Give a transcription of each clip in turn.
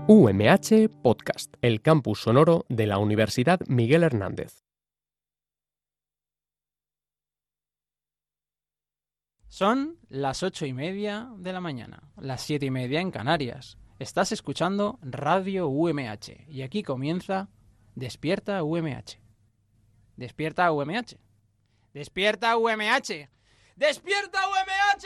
UMH Podcast, el campus sonoro de la Universidad Miguel Hernández. Son las 8:30 de la mañana, las 7:30 en Canarias. Estás escuchando Radio UMH y aquí comienza Despierta UMH. Despierta UMH. Despierta UMH. Despierta UMH.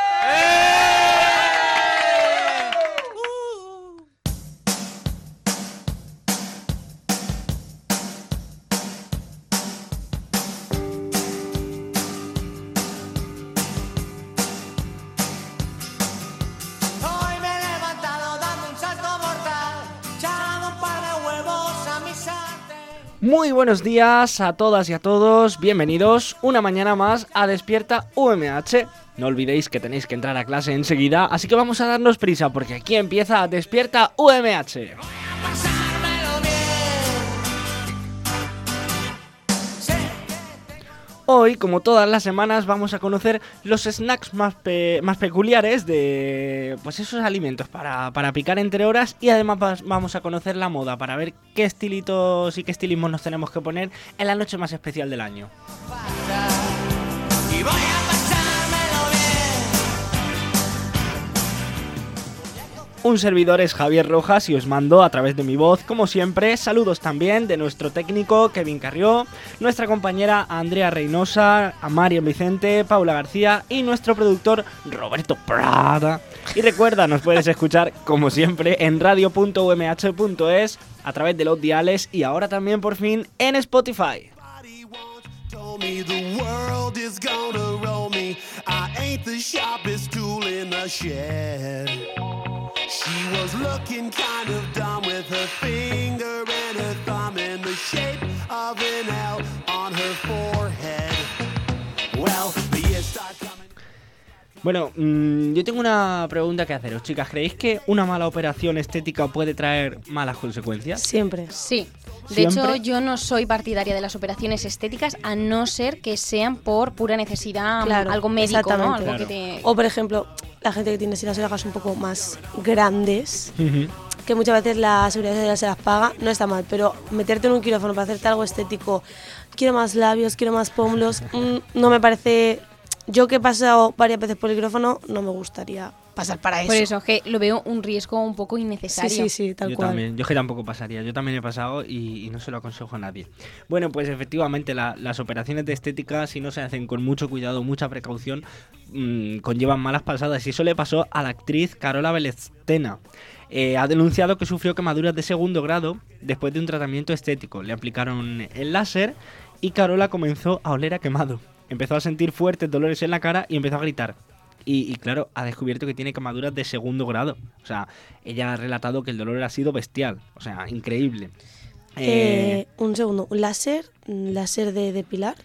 Muy buenos días a todas y a todos, bienvenidos una mañana más a Despierta UMH. No olvidéis que tenéis que entrar a clase enseguida, así que vamos a darnos prisa porque aquí empieza Despierta UMH. Hoy, como todas las semanas, vamos a conocer los snacks más peculiares de pues esos alimentos para picar entre horas, y además vamos a conocer la moda para ver qué estilitos y qué estilismos nos tenemos que poner en la noche más especial del año. Un servidor es Javier Rojas y os mando a través de mi voz, como siempre, saludos también de nuestro técnico Kevin Carrió, nuestra compañera Andrea Reynosa, a Marian Vicente, Paula García y nuestro productor Roberto Prada. Y recuerda, nos puedes escuchar como siempre en radio.umh.es, a través de los diales y ahora también por fin en Spotify. She was looking kind of dumb with her finger and her thumb in the shape of an L on her forehead. Well, the years start coming. Bueno, yo tengo una pregunta que haceros, chicas. ¿Creéis que una mala operación estética puede traer malas consecuencias? Siempre. Sí. De ¿Siempre? hecho, yo no soy partidaria de las operaciones estéticas, a no ser que sean por pura necesidad, Claro, algo médico, ¿no? exactamente. Algo Claro. que te... O, por ejemplo, la gente que tiene así las orejas un poco más grandes, Uh-huh. que muchas veces la seguridad social se las paga, no está mal, pero meterte en un quirófano para hacerte algo estético, quiero más labios, quiero más pómulos, no me parece... Yo que he pasado varias veces por el quirófano, no me gustaría pasar para eso. Por eso, es que lo veo un riesgo un poco innecesario. Sí, tal Yo cual. también, yo es que tampoco pasaría, yo también he pasado y no se lo aconsejo a nadie. Bueno, pues efectivamente las operaciones de estética, si no se hacen con mucho cuidado, mucha precaución, conllevan malas pasadas, y eso le pasó a la actriz Carola Belezcena. Ha denunciado que sufrió quemaduras de segundo grado después de un tratamiento estético. Le aplicaron el láser y Carola comenzó a oler a quemado. Empezó a sentir fuertes dolores en la cara y empezó a gritar. Y claro, ha descubierto que tiene quemaduras de segundo grado. O sea, ella ha relatado que el dolor ha sido bestial. O sea, increíble. Un segundo, ¿un láser? ¿Un láser de depilar?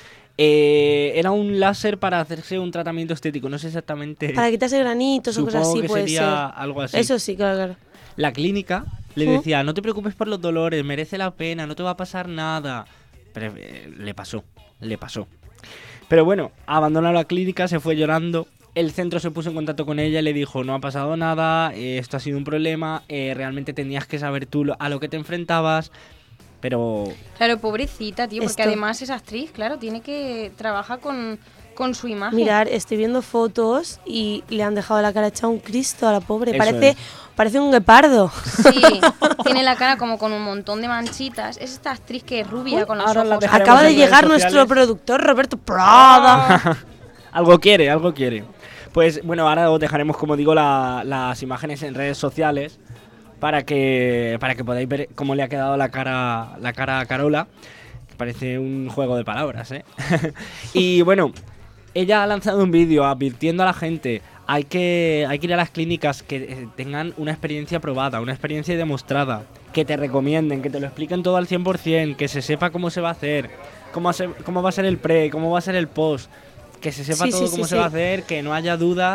Era un láser para hacerse un tratamiento estético. No sé exactamente. Para quitarse granitos o cosas Supongo así, que puede sería ser. algo así. Eso sí, claro. La clínica le decía, no te preocupes por los dolores, merece la pena, no te va a pasar nada. Pero le pasó. Pero bueno, abandonó la clínica, se fue llorando. El centro se puso en contacto con ella y le dijo, no ha pasado nada, esto ha sido un problema, realmente tenías que saber tú a lo que te enfrentabas. Pero... Claro, pobrecita, tío, porque Esto- además es actriz, claro, tiene que trabajar con su imagen. Mirar, estoy viendo fotos y le han dejado la cara hecha un Cristo a la pobre. Eso Parece un guepardo. Sí, tiene la cara como con un montón de manchitas. Es esta actriz que es rubia, Uy, con los ahora la ojos... dejaremos Acaba de en redes llegar sociales. nuestro productor Roberto Prada. Algo quiere. Pues bueno, ahora os dejaremos, como digo, las imágenes en redes sociales para que podáis ver cómo le ha quedado la cara a Carola, que parece un juego de palabras, ¿eh? Y bueno, ella ha lanzado un vídeo advirtiendo a la gente, hay que ir a las clínicas que tengan una experiencia probada, una experiencia demostrada, que te recomienden, que te lo expliquen todo al 100%, que se sepa cómo se va a hacer, cómo va a ser el pre, cómo va a ser el post, que se sepa todo cómo se va a hacer, que no haya dudas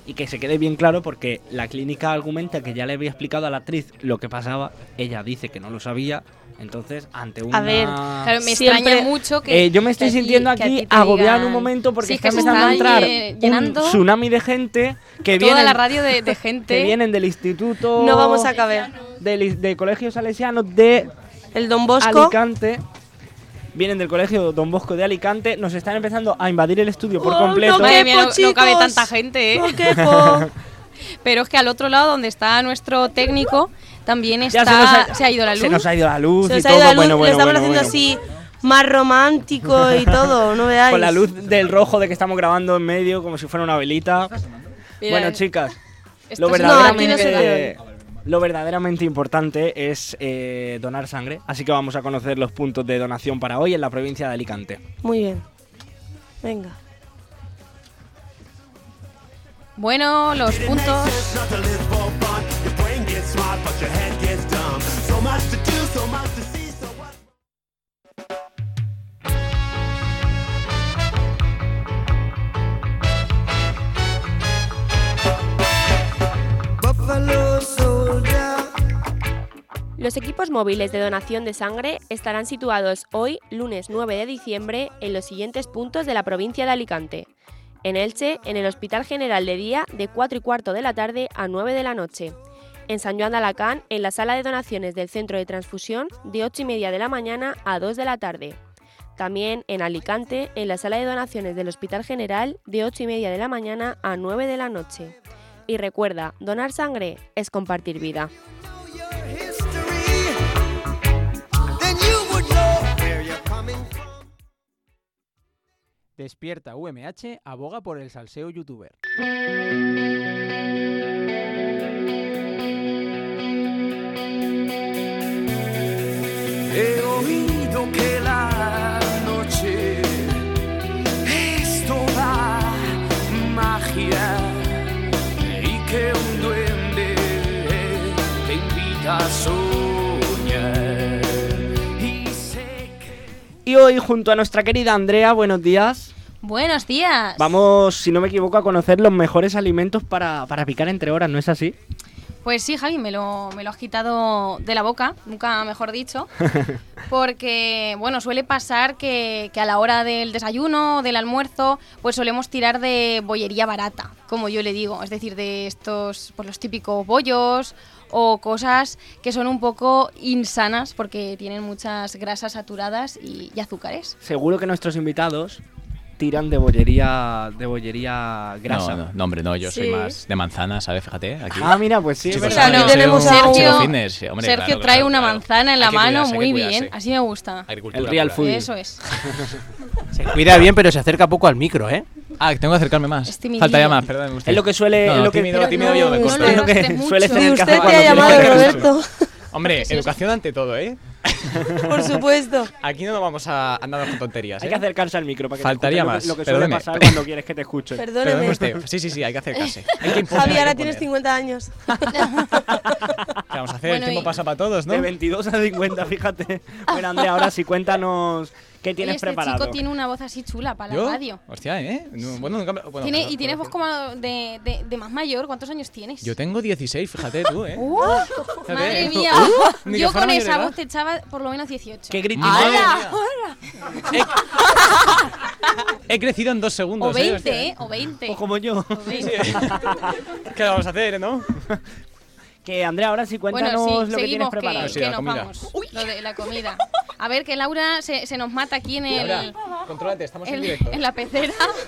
Y que se quede bien claro porque la clínica argumenta que ya le había explicado a la actriz lo que pasaba, ella dice que no lo sabía, entonces ante una... A ver, Claro, me Siempre- extraña mucho que... yo me estoy que a ti- sintiendo que a ti aquí te agobiado en digan- un momento porque Sí, está que se empezando a está entrar llenando un tsunami de gente que toda vienen, la radio de gente. que vienen del instituto... no vamos a caber. de colegios salesianos de El Don Bosco, Alicante. Vienen del colegio Don Bosco de Alicante. Nos están empezando a invadir el estudio por Oh, completo. no Madre mía, quepo, no cabe chicos. tanta gente, ¿eh? No quepo. Pero es que al otro lado, donde está nuestro técnico, también Ya está, se ha ido la luz. Se nos ha ido la luz Se y os ha todo. ido la luz, Bueno, lo bueno, estamos bueno, haciendo bueno. así más romántico y todo, no veáis. Con la luz del rojo de que estamos grabando en medio, como si fuera una velita. Mira, Bueno, chicas, esto lo es- No, aquí no se verdaderamente, lo verdaderamente importante es donar sangre. Así que vamos a conocer los puntos de donación para hoy en la provincia de Alicante. Muy bien. Venga. Bueno, los puntos. Los equipos móviles de donación de sangre estarán situados hoy, lunes 9 de diciembre, en los siguientes puntos de la provincia de Alicante. En Elche, en el Hospital General de Día, de 4:15 de la tarde a 9 de la noche. En San Joan de Alacant, en la sala de donaciones del Centro de Transfusión, de 8:30 de la mañana a 2 de la tarde. También en Alicante, en la sala de donaciones del Hospital General, de 8:30 de la mañana a 9 de la noche. Y recuerda, donar sangre es compartir vida. Despierta UMH aboga por el salseo youtuber. He oído que la noche es toda magia y que un duende te invita a soñar. Y sé que Y hoy, junto a nuestra querida Andrea, buenos días. Buenos días. Vamos, si no me equivoco, a conocer los mejores alimentos para picar entre horas, ¿no es así? Pues sí, Javi, me lo has quitado de la boca, nunca mejor dicho, porque, bueno, suele pasar que a la hora del desayuno o del almuerzo, pues solemos tirar de bollería barata, como yo le digo, es decir, de estos, pues los típicos bollos o cosas que son un poco insanas porque tienen muchas grasas saturadas y azúcares. Seguro que nuestros invitados tiran de bollería grasa. No, hombre, no, yo soy Sí. más de manzana, ¿sabes? Fíjate, aquí. Ah, mira, pues sí, Sí, es pues verdad. aquí soy tenemos un a chico Sergio- fitness, sí, hombre, Sergio claro, trae claro, una claro. manzana en la Hay que mano, cuidarse, hay muy que bien, cuidarse. así me gusta. Agricultura El real pura. food. Eso es. Se cuida bien, pero se acerca poco al micro, ¿eh? Ah, que tengo que acercarme más. Es timidillo. Faltaría más, perdón. Es lo que suele... No, es lo que, tímido yo me no, corto. no, es lo que arrastres suele mucho. tener Ni que usted hacer te cuando ha tiene llamado, que hacer Roberto. Hombre, Porque sí, educación ante todo, ¿eh? Por supuesto. Aquí no nos vamos a andar con tonterías, Hay ¿eh? que acercarse al micro para que Faltaría te escuchen más, lo que suele perdone. pasar cuando quieres que te escuchen. Perdóneme Perdóneme. usted. Sí, hay que acercarse. Hay que imponer, Javi, hay ahora que tienes imponer. 50 años. ¿Qué vamos a hacer? Bueno, El tiempo y- pasa para todos, ¿no? De 22 a 50, fíjate. Bueno, Andrea, ahora sí, cuéntanos qué Oye, tienes este preparado. chico tiene una voz así chula para la ¿Yo? radio. Hostia, ¿eh? No, bueno, nunca bueno, Tiene, pero- y tienes pero- voz como de más mayor. ¿Cuántos años tienes? Yo tengo 16, fíjate tú, ¿eh? Fíjate. Madre mía. Ni Yo que fuera con mayor de esa edad. voz te echaba por lo menos 18. ¿Qué gritos? ¡Hala! He crecido en 2 segundos, O 20, hostia. ¿eh? O 20. O como yo. O 20. ¿Qué vamos a hacer, no? Que Andrea, ahora sí, cuéntanos Bueno, sí, lo que tienes seguimos preparado. Sí, que la nos comida. vamos. Lo de la comida. A ver, que Laura se nos mata aquí en Laura, contrólate, estamos en en, directo. en la pecera.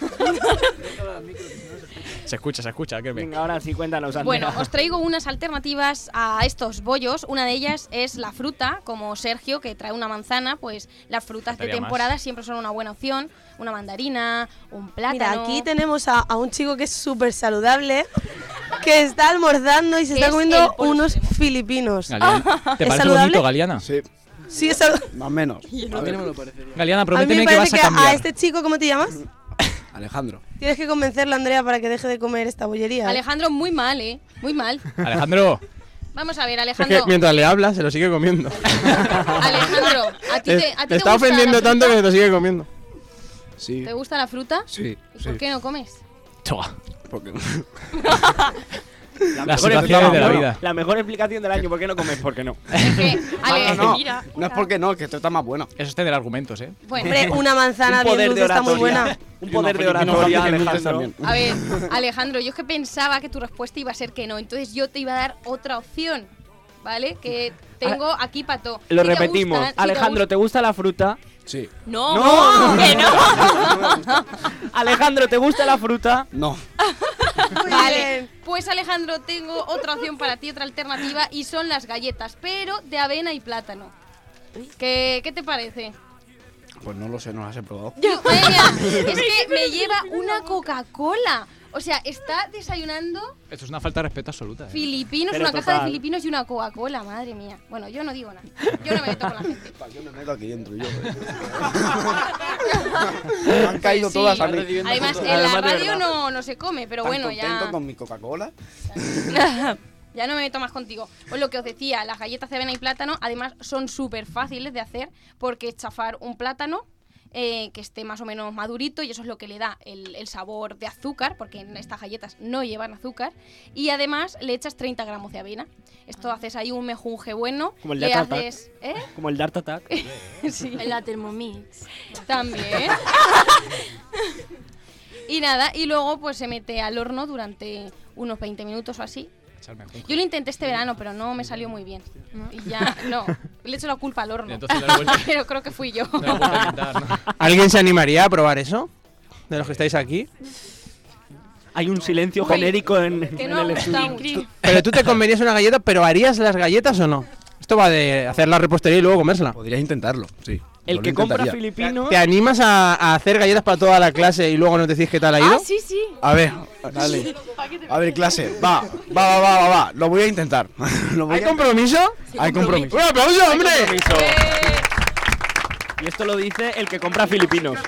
Se escucha, que Venga, ahora sí, cuéntanos, Andrea. Bueno, os traigo unas alternativas a estos bollos. Una de ellas es la fruta, como Sergio, que trae una manzana, pues las frutas de Faltaría más. temporada siempre son una buena opción. Una mandarina, un plátano. Mira, aquí tenemos a un chico que es súper saludable, que está almorzando y se Que está es comiendo el pollo unos supremo. filipinos. Galeana. ¿Te ¿Es parece saludable? bonito, Galeana? Sí, Sí, es saludable. más o menos. Galeana, A mí prométeme me que vas parece a que cambiar. a este chico, ¿cómo te llamas? Alejandro. Tienes que convencerle, Andrea, para que deje de comer esta bollería. Alejandro, muy mal, ¿eh? Muy mal. Alejandro, Vamos a ver, Es Alejandro. que mientras le habla se lo sigue comiendo. Alejandro, ¿a ti te, Te está gusta ofendiendo la tanto que fruta? se lo sigue comiendo. Sí. ¿Te gusta la fruta? Sí, ¿Y sí. por qué no comes? Chua. Porque... Las situaciones de la vida. La mejor explicación del año, ¿por qué no comes? ¿Por qué no? no, no es porque no, es que esto está más bueno. Eso es tener argumentos, ¿eh? Bueno, Hombre, una manzana bien dulce está muy buena. Un poder de oratoria, Alejandro. a ver, Alejandro, yo es que pensaba que tu respuesta iba a ser que no, entonces yo te iba a dar otra opción, ¿vale? Que tengo aquí para todo. Lo Si te repetimos. gustan, si te Alejandro, ¿te gusta la fruta? Sí. No, que no. Alejandro, ¿te gusta la fruta? No. Vale, pues Alejandro, tengo otra opción para ti, otra alternativa, y son las galletas, pero de avena y plátano. ¿Qué te parece? Pues no lo sé, no las he probado. Madre mía, es que me lleva una Coca-Cola. O sea, está desayunando Esto es una falta de respeto absoluta. filipinos, Pero una caja de total. filipinos y una Coca-Cola, madre mía. Bueno, yo no digo nada. Yo no me meto con la gente. ¿Para qué me meto aquí dentro yo? Me han caído Sí. todas a mí. Además, en la Además, de radio verdad. no se come, pero Tan bueno, contento ya. con mi Coca-Cola. Ya no me meto más contigo. Pues lo que os decía, las galletas de avena y plátano, además, son súper fáciles de hacer porque es chafar un plátano que esté más o menos madurito y eso es lo que le da el sabor de azúcar, porque en estas galletas no llevan azúcar, y además le echas 30 gramos de avena. Esto haces ahí un mejunje bueno. Como el le Dart Attack. haces, ¿eh? Como el Dart Attack. Sí, En la Thermomix. también. Y nada, y luego pues se mete al horno durante unos 20 minutos o así. Yo lo intenté este verano, pero no me salió muy bien. Y ya, no, le echo la culpa al horno. Entonces no le vuelve- Pero creo que fui yo. no le vuelve a inventar, ¿no? ¿Alguien se animaría a probar eso? ¿De los que estáis aquí? Hay un silencio genérico en Que no el me gusta estudio. mucho. Pero tú te comerías una galleta, pero ¿harías las galletas o no? Esto va de hacer la repostería y luego comérsela. Podrías intentarlo, sí. El Yo que lo compra intentaría. filipino. ¿Te animas a hacer galletas para toda la clase y luego nos decís qué tal ha ido? Ah, sí, sí. A ver, dale. A ver, clase. Va. Lo voy a intentar. Lo voy ¿Hay a- compromiso? Hay compromiso. ¡Un aplauso, hombre! Y esto lo dice el que compra filipinos.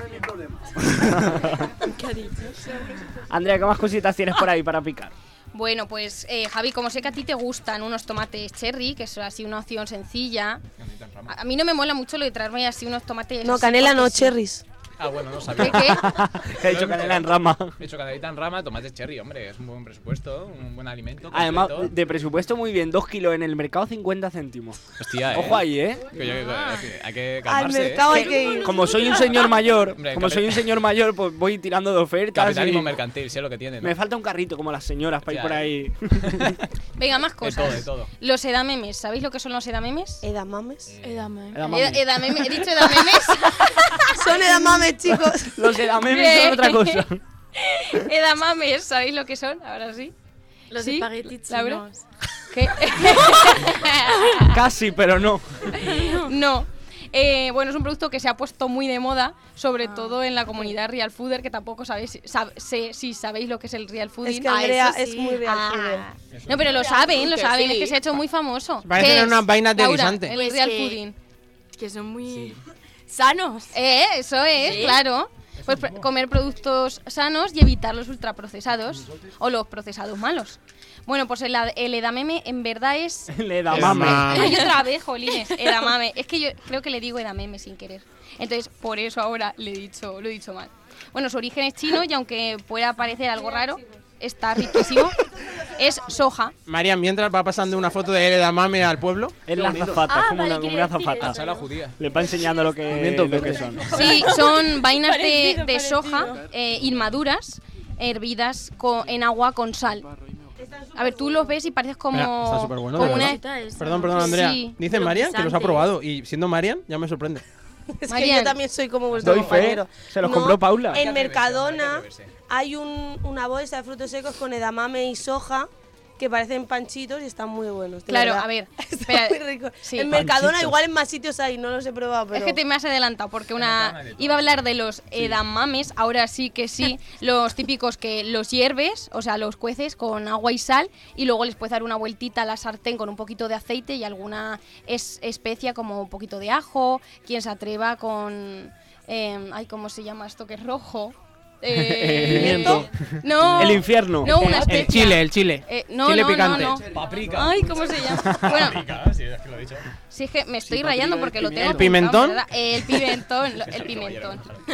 Andrea, ¿qué más cositas tienes por ahí para picar? Bueno, pues Javi, como sé que a ti te gustan unos tomates cherry, que es así una opción sencilla, a mí no me mola mucho lo de traerme así unos tomates. No, así canela porque no, sí. cherries. Ah, bueno, no ¿Qué? sabía. He dicho canela en rama. He hecho canelita en rama, tomates cherry, hombre, es un buen presupuesto, un buen alimento. Además, completo. de presupuesto muy bien, 2 kilos en el mercado, 50 céntimos. Hostia, Ojo ahí, ¿eh? Hay que Al calmarse. mercado hay que ir. Como soy un señor mayor, Hombre, pues voy tirando de ofertas. Capitalismo y mercantil, sé lo que tiene, ¿no? me falta un carrito como las señoras para ir por ahí. Venga, más De cosas. todo, de todo. Los edamemes, ¿sabéis lo que son los edamemes? Edamames. Dame. Edameme, he dicho edamemes. Son edamames, chicos. Los edamemes son otra cosa. Edamames, ¿sabéis lo que son? Ahora sí. Los ¿Sí? espaguetis Laura. chinos. ¿Qué? Casi, pero no. No. Bueno, es un producto que se ha puesto muy de moda, sobre todo en la comunidad real fooder, que tampoco sabéis si sabéis lo que es el real fooding. Es que Andrea eso es sí. muy real fooder. No, pero lo saben, Que sí. es que se ha hecho muy famoso. Parecen ¿Qué es, unas vainas de Laura, guisante. el Pues real que- fooding. Que son muy sanos. Eso es, ¿Sí? claro. Pues comer productos sanos y evitar los ultraprocesados o los procesados malos. Bueno, pues el edamame en verdad es... Le da Edamame. mame. Ay, otra vez, jolines, edamame. Es que yo creo que le digo edamame sin querer. Entonces, por eso ahora lo he dicho mal. Bueno, su origen es chino y aunque pueda parecer algo raro, está riquísimo. Es soja. María, mientras va pasando una foto de edamame al pueblo. Es la azafata, Ah, como vale, una quería decir azafata. Sala judía. Le va enseñando lo que son. Sí, son vainas Parecido, de soja parecido. inmaduras, hervidas en agua con sal. A ver, tú los ves y pareces como, Mira, está súper bueno, como de una... verdad. Esta es- Perdón, Andrea. Sí. Dice Marian que los ha Crocante. probado y siendo Marian ya me sorprende. Es que Marian. yo también soy como vuestro Doy fe. compañero. Se los compró Paula. En Mercadona hay una bolsa de frutos secos con edamame y soja que parecen panchitos y están muy buenos. de Claro, verdad. a ver, Están espera, muy ricos. sí. En Mercadona Panchitos. igual en más sitios hay, no los he probado, pero... Es que te me has adelantado porque iba a hablar de los edamames, ahora sí que sí, los típicos que los hierves, o sea, los cueces con agua y sal y luego les puedes dar una vueltita a la sartén con un poquito de aceite y alguna especia como un poquito de ajo, quien se atreva con... ay, ¿cómo se llama esto que es rojo? Pimiento. No. El infierno. No, una El especia. chile. No, Chile no, picante. no. Paprika. Ay, ¿cómo se llama? Bueno, Sí, es que lo he dicho. si es que me estoy rayando porque lo tengo ¿El pimentón? apuntado, ¿verdad? El pimentón, el pimentón.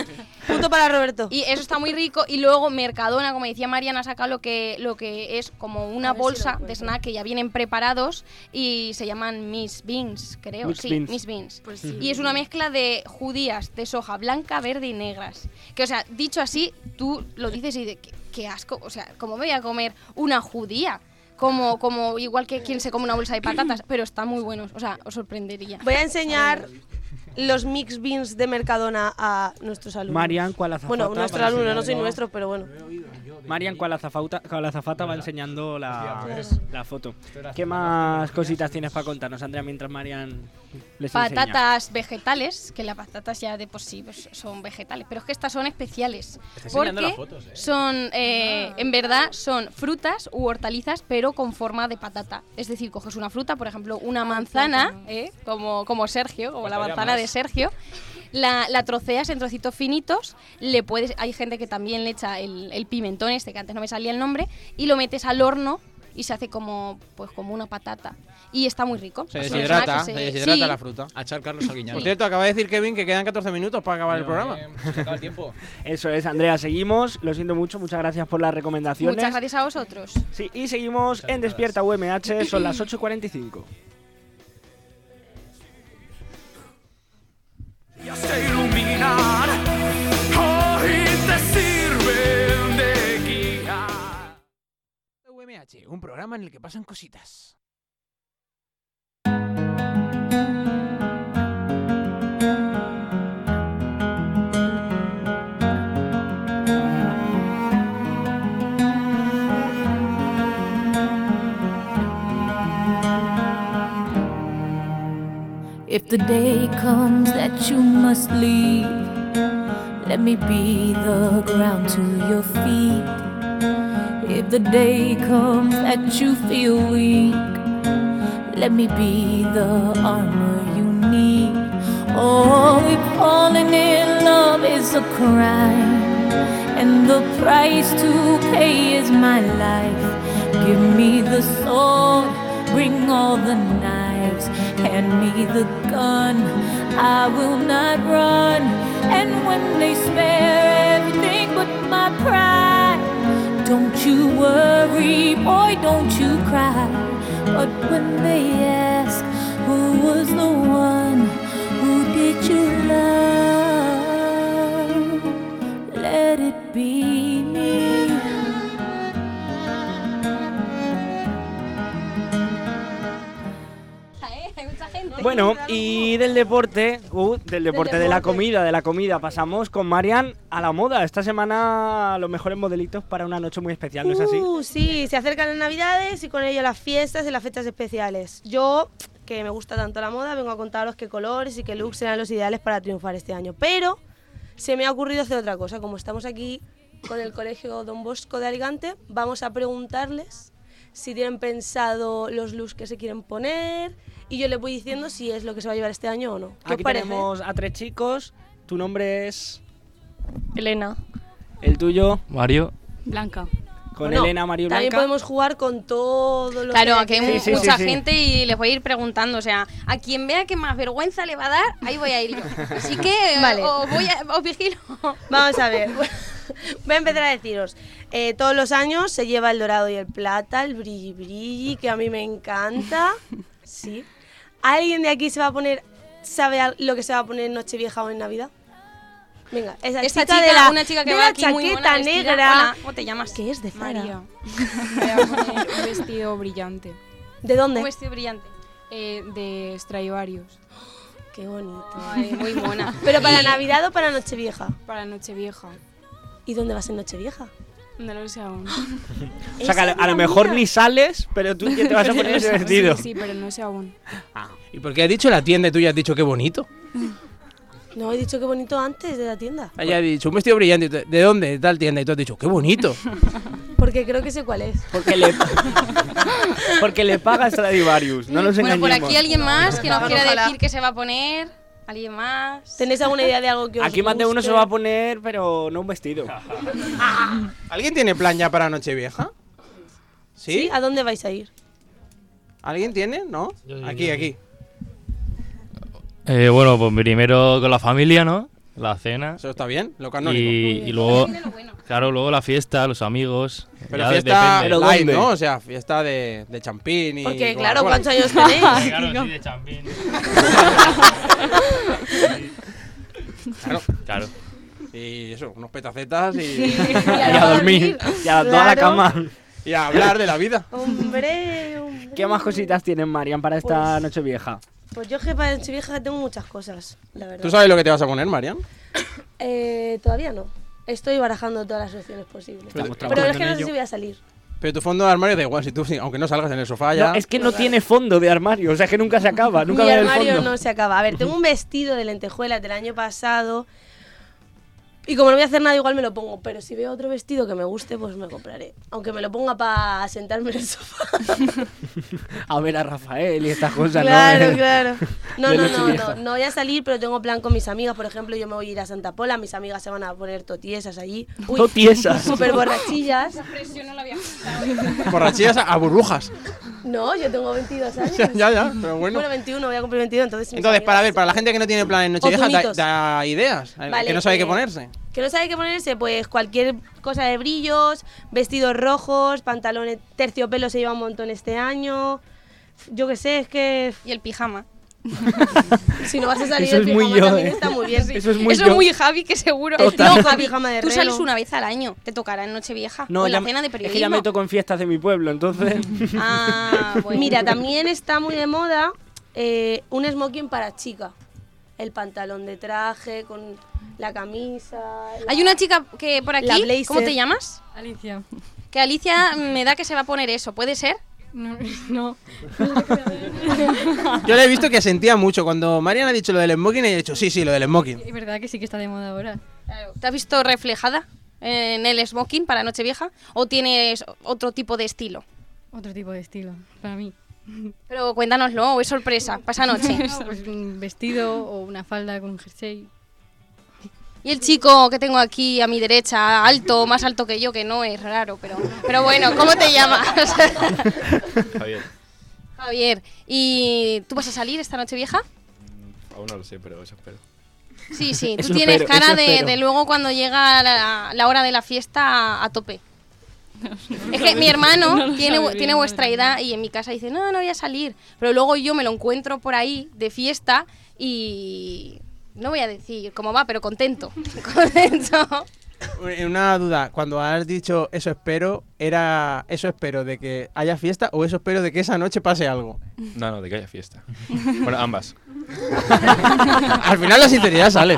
Punto para Roberto. Y eso está muy rico. Y luego Mercadona, como decía Mariana, saca lo que es como una bolsa de snack que ya vienen preparados y se llaman Miss Beans, creo. Miss Beans. Pues sí. Y es una mezcla de judías de soja blanca, verde y negras. Que, o sea, dicho así, tú lo dices y de qué asco. O sea, ¿cómo me voy a comer una judía? Como igual que quien se come una bolsa de patatas, pero están muy buenos. O sea, os sorprendería. Voy a enseñar los mix beans de Mercadona a nuestros alumnos. Marian, ¿cuál azafata? Bueno, nuestros alumnos, no soy nuestro, pero bueno. Marian, ¿cuál azafata va enseñando la foto? ¿Qué más cositas tienes para contarnos, Andrea, mientras Marian les Patatas vegetales, que las patatas ya de por sí pues, son vegetales, pero es que estas son especiales. Porque son, en verdad, son frutas u hortalizas, pero con forma de patata. Es decir, coges una fruta, por ejemplo, una manzana, como Sergio, como la manzana de Sergio. La troceas en trocitos finitos, hay gente que también le echa el pimentón que antes no me salía el nombre, y lo metes al horno y se hace como una patata. Y está muy rico. Se deshidrata la fruta. A echar Carlos Arguiñano. Por cierto, acaba de decir Kevin que quedan 14 minutos para acabar el programa. Se acaba el tiempo. Eso es, Andrea, seguimos. Lo siento mucho, muchas gracias por las recomendaciones. Muchas gracias a vosotros. Sí, y seguimos en Despierta UMH, son las 8:45. Ya se iluminan, hoy te sirven de guía. UMH, un programa en el que pasan cositas. If the day comes that you must leave, let me be the ground to your feet. If the day comes that you feel weak, let me be the armor you need. Oh, if falling in love is a crime, and the price to pay is my life, give me the sword, bring all the knives, hand me the gun, I will not run. And when they spare everything but my pride, don't you worry, boy, don't you cry. But when they ask who was the one, who did you love, let it be me. Bueno, y del deporte, de la comida, pasamos con Marian a la moda. Esta semana los mejores modelitos para una noche muy especial, ¿no es así? Sí, se acercan las Navidades y con ello las fiestas y las fechas especiales. Yo, que me gusta tanto la moda, vengo a contaros qué colores y qué looks serán los ideales para triunfar este año. Pero se me ha ocurrido hacer otra cosa. Como estamos aquí con el Colegio Don Bosco de Alicante, vamos a preguntarles si tienen pensado los looks que se quieren poner y yo les voy diciendo si es lo que se va a llevar este año o no. ¿Qué Aquí os parece? tenemos a 3 chicos. Tu nombre es... Elena. El tuyo... Mario. Blanca. Con Bueno, Elena, Mario y Blanca. También podemos jugar con todo lo Claro, que... aquí hay mucha gente y les voy a ir preguntando. O sea, a quien vea que más vergüenza le va a dar, ahí voy a ir yo. Así que Vale. os vigilo. Vamos a ver. Voy a empezar a deciros. Todos los años se lleva el dorado y el plata, el brilli brilli, que a mí me encanta. Sí. ¿Alguien de aquí sabe lo que se va a poner en Nochevieja o en Navidad? Venga, Esta chica chica, de una chica que de va la aquí muy chaqueta buena vestida. negra. Hola, ¿cómo te llamas? Que es de Zara. María. Voy a poner un vestido brillante. ¿De dónde? Un vestido brillante. De Stradivarius. Qué bonito. Ay, muy mona. ¿Pero para Navidad o para Nochevieja? Para Nochevieja. ¿Y dónde vas en Nochevieja? No lo sé aún. O sea, que a lo mejor ni sales, pero tú ya te vas a poner ese vestido. Sí, pero no sé aún. ¿Y por qué has dicho la tienda y tú ya has dicho qué bonito? No, he dicho qué bonito antes de la tienda. Ella ha dicho un vestido brillante. ¿De dónde? De tal tienda. Y tú has dicho qué bonito. Porque creo que sé cuál es. Porque le paga Stradivarius, no nos engañemos. Bueno, por aquí alguien más que nos quiera Ojalá. decir qué se va a poner. ¿Alguien más? ¿Tenéis alguna idea de algo que os Aquí más de uno guste? se va a poner, pero no un vestido. ¿Alguien tiene plan ya para Nochevieja? ¿Sí? ¿A dónde vais a ir? ¿Alguien tiene? ¿No? Aquí. Bueno, pues primero con la familia, ¿no? la cena. Eso está bien, lo canónico. Y luego, claro, luego la fiesta, los amigos. Pero ya fiesta depende. light, ¿no? O sea, fiesta de champín y... Porque, Coca-Cola. claro, ¿cuántos años tenéis? Claro, sí, de champín. Claro. Y eso, unos petacetas y... Y a dormir. Y a toda la Claro. cama. Y a hablar de la vida. Hombre. ¿Qué más cositas tienes, Marian, para esta Pues- Nochevieja? Pues yo que para Nochevieja tengo muchas cosas, la verdad. ¿Tú sabes lo que te vas a poner, Marian? Todavía no. Estoy barajando todas las opciones posibles. Estamos Pero es trabajando que en no sé ello. si voy a salir. Pero tu fondo de armario da igual, si tú, aunque no salgas en el sofá ya... No, es que no tiene fondo de armario, o sea, es que nunca se acaba, nunca Mi ve el armario fondo. no se acaba. A ver, tengo un vestido de lentejuelas del año pasado. Y como no voy a hacer nada, igual me lo pongo. Pero si veo otro vestido que me guste, pues me lo compraré. Aunque me lo ponga para sentarme en el sofá. A ver a Rafael y estas cosas, Claro, ¿no? claro. No, De no, no, Nochevieja. no voy a salir, pero tengo plan con mis amigas. Por ejemplo, yo me voy a ir a Santa Pola, mis amigas se van a poner totiesas allí. Totiesas. Súper borrachillas. Borrachillas a burbujas. No, yo tengo 22 años. ya, pero bueno. Bueno, 21, voy a cumplir 22, entonces... mis Entonces, amigas- para la gente que no tiene plan en Nochevieja, zumitos. da ideas. Vale, que no sabe qué eh, ponerse. Que no sabe qué ponerse, pues cualquier cosa de brillos, vestidos rojos, pantalones, terciopelo se lleva un montón este año. Yo qué sé, es que... Y el pijama. Si no vas a salir Eso el es muy pijama yo, también ¿eh? está muy bien. Eso es muy Eso yo. es muy Javi, que seguro. Total. No, Javi, Pijama de tú reno. sales una vez al año. Te tocará en Nochevieja. No, o en ya la cena de es periodismo. que ya me toco en fiestas de mi pueblo, entonces... Ah, bueno. Mira, también está muy de moda un smoking para chica. El pantalón de traje con la camisa. Hay una chica que por La aquí, blazer. ¿cómo te llamas? Alicia. Que Alicia me da que se va a poner eso, ¿puede ser? No. Yo le he visto que sentía mucho. Cuando Marian ha dicho lo del smoking, ella ha dicho, sí, lo del smoking. Es verdad que sí que está de moda ahora. ¿Te has visto reflejada en el smoking para Nochevieja? ¿O tienes otro tipo de estilo? Otro tipo de estilo, para mí. Pero cuéntanoslo, o es sorpresa, pasa noche. Pues un vestido o una falda con un jersey. Y el chico que tengo aquí a mi derecha, alto, más alto que yo, que no es raro, pero bueno, ¿cómo te llamas? Javier. Javier, ¿y tú vas a salir esta Nochevieja? Aún no lo sé, pero eso espero. Sí, sí, tú Eso tienes espero, cara eso de espero. luego cuando llega la hora de la fiesta a tope. Es que mi hermano No lo tiene sabe bien, vuestra no. edad y en mi casa dice, no voy a salir. Pero luego yo me lo encuentro por ahí de fiesta y no voy a decir cómo va, pero contento. Contento. Una duda, cuando has dicho eso espero, ¿era eso espero de que haya fiesta o eso espero de que esa noche pase algo? No, de que haya fiesta. Bueno, ambas. Al final la sinceridad sale.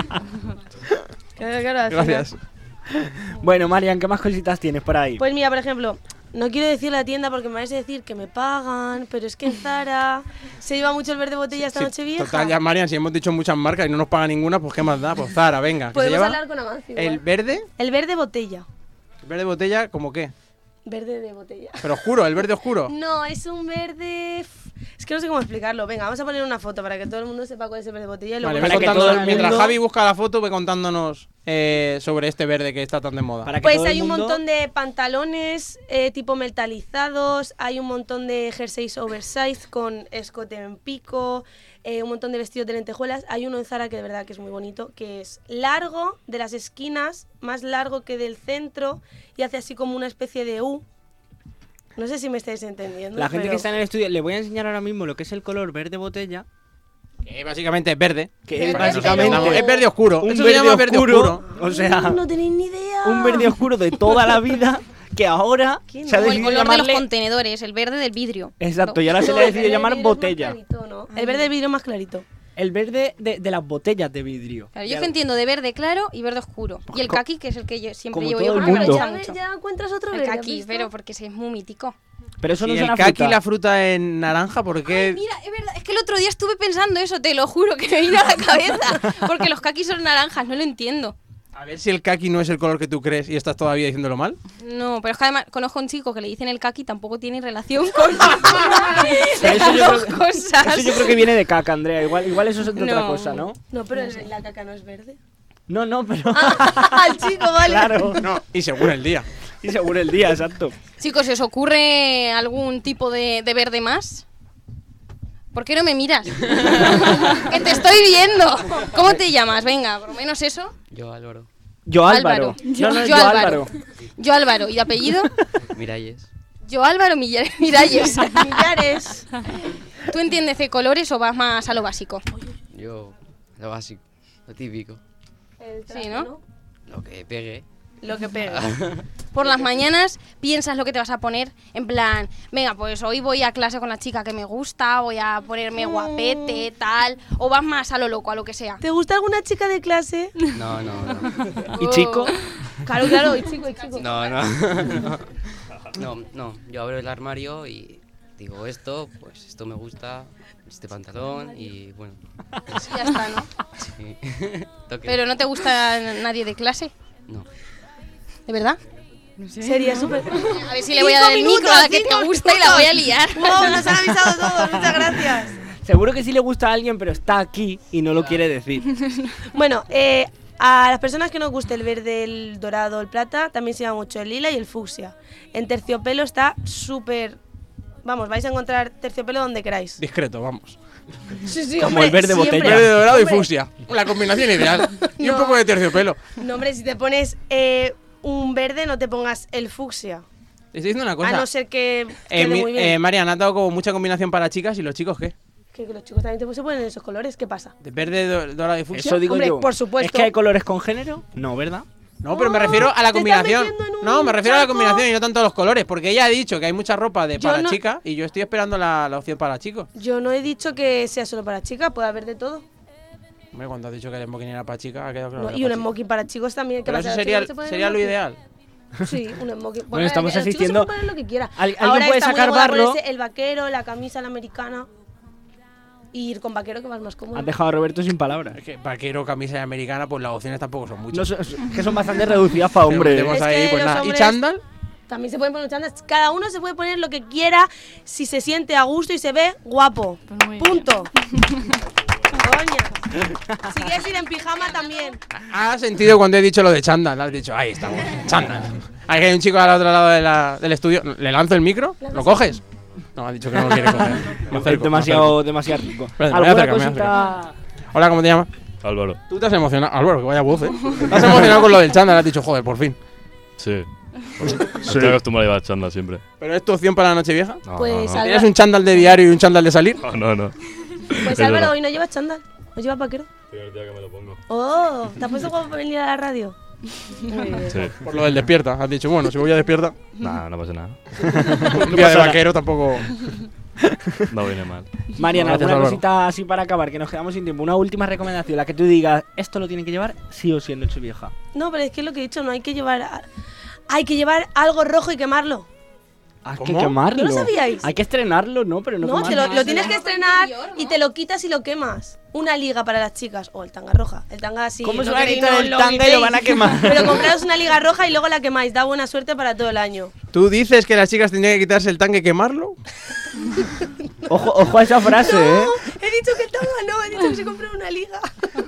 Claro, Gracias. Bueno, Marian, ¿qué más cositas tienes por ahí? Pues mira, por ejemplo, no quiero decir la tienda porque me vais a decir que me pagan, pero es que en Zara se lleva mucho el verde botella esta noche vieja. Total, ya Marian, si hemos dicho muchas marcas y no nos paga ninguna, pues ¿qué más da? Pues Zara, venga. Que se Podemos lleva hablar con Amancio. el igual. verde, El verde botella. botella, ¿cómo qué? Verde de botella. Pero oscuro, el verde oscuro. No, es un verde... Es que no sé cómo explicarlo. Venga, vamos a poner una foto para que todo el mundo sepa cuál es el verde botella. Y luego Vale, para ve que contándonos, todo el mientras mundo- Javi busca la foto, ve contándonos sobre este verde que está tan de moda. Para que Pues todo el hay un mundo- montón de pantalones tipo metalizados, hay un montón de jerseys oversize con escote en pico, un montón de vestidos de lentejuelas. Hay uno en Zara que de verdad que es muy bonito, que es largo de las esquinas, más largo que del centro y hace así como una especie de U. No sé si me estáis entendiendo. La gente pero- que está en el estudio, le voy a enseñar ahora mismo lo que es el color verde botella. Que básicamente es verde. Que Verde, es básicamente pero- Es verde oscuro. un Eso se verde llama verde oscuro. O sea, No tenéis ni idea. un verde oscuro de toda la vida que ahora ¿Quién se ha no? O el decidido color de los llamarle... contenedores, el verde del vidrio. Exacto, y ahora se No, le ha el decidido verde llamar vidrio es más botella. clarito, ¿no? El verde vidrio más clarito. El verde de las botellas de vidrio. Claro, yo Ya que lo- entiendo de verde claro y verde oscuro. Y el kaki, que es el que yo siempre como llevo todo yo, el porque me mundo. gusta Ya, mucho. ya encuentras otro El verde. ¿has kaki, visto? pero porque es muy mítico. Pero eso no Y es el una kaki fruta. y la fruta en naranja, ¿por qué? Mira, es verdad, es que el otro día estuve pensando eso, te lo juro, que me vino a la cabeza. Porque los kakis son naranjas, no lo entiendo. A ver si el kaki no es el color que tú crees y estás todavía diciéndolo mal. No, pero es que además conozco a un chico que le dicen el kaki, tampoco tiene relación con Pero eso yo las dos creo- cosas. Eso yo creo que viene de caca, Andrea. Igual eso es de otra No. cosa, ¿no? No, pero la caca no es verde. No, pero... El chico, vale. Claro. No, y según el día. Y seguro el día, exacto. Chicos, ¿se os ocurre algún tipo de verde más? ¿Por qué no me miras? ¡Que te estoy viendo! ¿Cómo te llamas? Venga, por lo menos eso. Yo, Álvaro. Yo, Álvaro. Yo Yo, Álvaro. Yo, Álvaro. ¿Y de apellido? Miralles. Yo, Álvaro Miralles. Millares. ¿Tú entiendes de colores o vas más a lo básico? Yo, lo básico, lo típico. Sí, ¿no? Lo que pegue. Lo que pega. Por las mañanas piensas lo que te vas a poner, en plan, venga, pues hoy voy a clase con la chica que me gusta, voy a ponerme guapete, tal, o vas más a lo loco, a lo que sea. ¿Te gusta alguna chica de clase? No. ¿Y chico? Claro, y chico. No, yo abro el armario y digo esto, pues esto me gusta, este pantalón y bueno. Ya está, ¿no? Sí. ¿Pero no te gusta nadie de clase? No. ¿De verdad? No sé. Sería súper... A ver si le voy a dar el micro a la que te gusta y la voy a liar. Wow, nos han avisado todos, muchas gracias. Seguro que sí le gusta a alguien, pero está aquí y no lo quiere decir. Bueno, a las personas que nos guste el verde, el dorado, el plata, también se llama mucho el lila y el fucsia. En terciopelo está súper... Vamos, vais a encontrar terciopelo donde queráis. Discreto, vamos. Sí, como hombre, el verde siempre. botella. Verde, dorado y Hombre. fucsia. La combinación ideal. Y un No. poco de terciopelo. No, hombre, si te pones un verde, no te pongas el fucsia. Te estoy diciendo una cosa. A no ser que quede muy bien. Mariana, has dado como mucha combinación para chicas y los chicos, ¿qué? Que los chicos también se ponen esos colores, ¿qué pasa? ¿De verde, dorado y fucsia? Eso digo Hombre, yo. por supuesto. ¿Es que hay colores con género? No, ¿verdad? No, pero me refiero a la te estás combinación. metiendo en un No, me refiero a la charco. combinación y no tanto a los colores. Porque ella ha dicho que hay mucha ropa Yo para no- chicas y yo estoy esperando la opción para chicos. Yo no he dicho que sea solo para chicas, puede haber de todo. Hombre, cuando has dicho que el smoking era para chicas, ha quedado claro. No, que y un era para smoking para chicos también. ¿qué Pero pasa? eso ¿Los sería, chicos se ponen sería lo smoking? ideal. Sí, un smoking. Bueno, estamos los chicos asistiendo- se pueden poner lo que quieran. ¿Alguien Ahora puede está muy sacar de moda barro? ponerse el vaquero, la camisa, la americana. Y ir con vaquero, que vas más cómodo. Has dejado a Roberto sin palabras. Es que vaquero, camisa y americana, pues las opciones tampoco son No, muchas. que son bastante reducidas para Pero hombres. metemos Es ahí, que pues los nada. ¿Y hombres- chándal? También se pueden poner chándal. Cada uno se puede poner lo que quiera si se siente a gusto y se ve guapo. Pues muy bien. Punto. Coña. Si quieres ir en pijama también. Ha sentido cuando he dicho lo de chándal. Has dicho, ahí estamos, chándal. Ahí hay un chico al otro lado del estudio. ¿Le lanzo el micro? ¿Lo coges? No, ha dicho que no lo quiere coger. Me acerco, Es demasiado rico. Espérate, me voy a ¿Alguna acercar, me voy a cosita? Hola, ¿cómo te llamas? Álvaro. Tú te has emocionado. Álvaro, que vaya voz, ¿eh? Te has emocionado con lo del chándal. Has dicho, joder, por fin. Sí. Estoy acostumbrado a llevar chándal siempre. ¿Pero es tu opción para la noche vieja? No, Pues no, no. Álvaro- ¿Tienes un chándal de diario y un chándal de salir? No. Pues Es Álvaro, verdad. hoy no llevas chándal. Hoy llevas vaquero. Primer día que me lo pongo. Oh, ¿te has puesto guapo para venir a la radio? Muy bien. Sí. Por lo del despierta. Has dicho, bueno, si voy a despierta. Nah, no pasa nada. Un día de vaquero tampoco. No viene mal. Mariana, Gracias, alguna Álvaro. cosita así para acabar, que nos quedamos sin tiempo. Una última recomendación, la que tú digas, esto lo tienen que llevar sí o sí en Nochevieja. No, pero es que es lo que he dicho, no hay que llevar... Hay que llevar algo rojo y quemarlo. Hay que ¿Cómo? quemarlo. ¿No lo sabíais? Hay que estrenarlo, ¿no? Pero no, No, te quemarlo. lo tienes que estrenar y te lo quitas y lo quemas. Una liga para las chicas. O el tanga roja. El tanga así. ¿Cómo se no va a queréis, quitar no el lo tanga y lo quitéis. van a quemar? Pero compraros una liga roja y luego la quemáis. Da buena suerte para todo el año. ¿Tú dices que las chicas tendrían que quitarse el tanque y quemarlo? Ojo a esa frase, ¿eh? He dicho que el tanga no, he dicho que se compró una liga.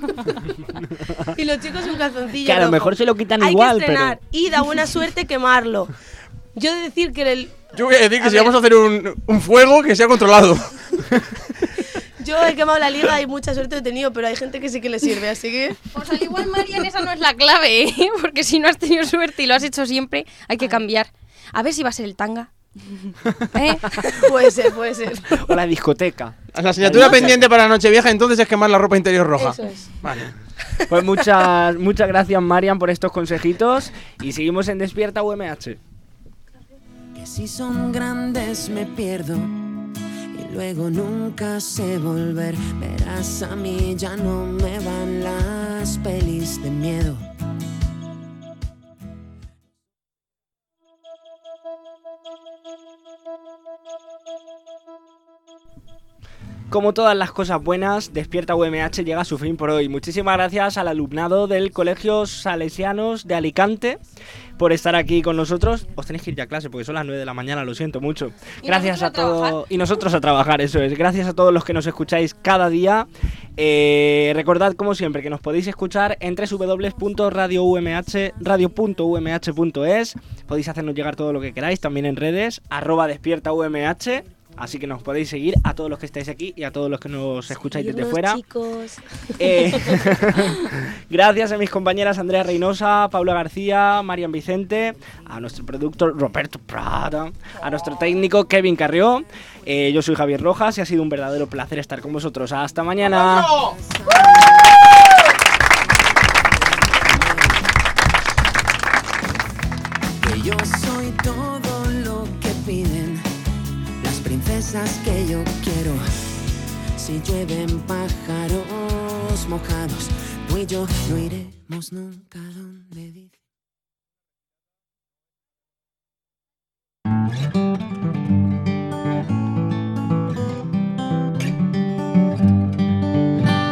Y los chicos un calzoncillo. Que a lo rojo. mejor se lo quitan Hay igual, que estrenar pero... y da buena suerte quemarlo. Yo he de decir que el... Yo voy a decir que A si ver. vamos a hacer un fuego, que sea controlado. Yo he quemado la liga y mucha suerte he tenido, pero hay gente que sí que le sirve, así que... Pues al igual, Marian, esa no es la clave, ¿eh? Porque si no has tenido suerte y lo has hecho siempre, hay que cambiar. A ver si va a ser el tanga. ¿Eh? Puede ser, puede ser. O la discoteca. La asignatura pendiente para la Nochevieja entonces es quemar la ropa interior roja. Eso es. Vale. Pues muchas gracias, Marian, por estos consejitos. Y seguimos en Despierta UMH. Que si son grandes me pierdo y luego nunca sé volver. Verás, a mí ya no me van las pelis de miedo. Como todas las cosas buenas, Despierta UMH llega a su fin por hoy. Muchísimas gracias al alumnado del Colegio Salesianos de Alicante por estar aquí con nosotros. Os tenéis que ir ya a clase porque son las 9 de la mañana, lo siento mucho. Gracias a todos. Y nosotros a trabajar, eso es. Gracias a todos los que nos escucháis cada día. Recordad, como siempre, que nos podéis escuchar en www.radio.umh.es. Podéis hacernos llegar todo lo que queráis, también en redes, @despiertaumh. Así que nos podéis seguir a todos los que estáis aquí y a todos los que nos escucháis desde Seguidnos, fuera. chicos. Gracias a mis compañeras Andrea Reynosa, Paula García, Marian Vicente, a nuestro productor Roberto Prada, a nuestro técnico Kevin Carrió. Yo soy Javier Rojas y ha sido un verdadero placer estar con vosotros. ¡Hasta mañana! Que yo soy todo lo que piden las princesas que yo quiero. Si llueven pájaros mojados, tú y yo no iremos nunca donde dice.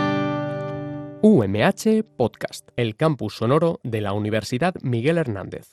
UMH Podcast, el campus sonoro de la Universidad Miguel Hernández.